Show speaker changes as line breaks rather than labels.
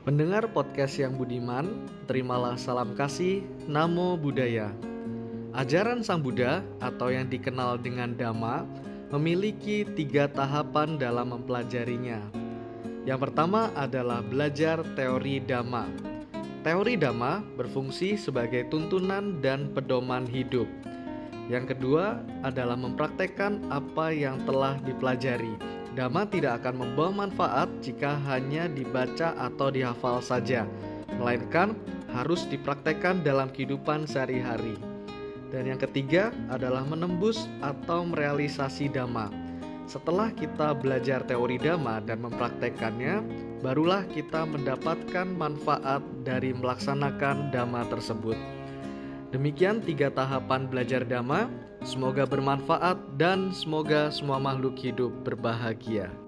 Mendengar podcast yang budiman, terimalah salam kasih, Namo Buddhaya. Ajaran Sang Buddha atau yang dikenal dengan Dhamma memiliki 3 tahapan dalam mempelajarinya. Yang pertama adalah belajar teori Dhamma. Teori Dhamma berfungsi sebagai tuntunan dan pedoman hidup. Yang kedua adalah mempraktekkan apa yang telah dipelajari. Dhamma tidak akan membawa manfaat jika hanya dibaca atau dihafal saja, melainkan harus dipraktekkan dalam kehidupan sehari-hari. Dan yang ketiga adalah menembus atau merealisasi Dhamma. Setelah kita belajar teori Dhamma dan mempraktekkannya, barulah kita mendapatkan manfaat dari melaksanakan Dhamma tersebut. Demikian 3 tahapan belajar Dhamma. Semoga bermanfaat dan semoga semua makhluk hidup berbahagia.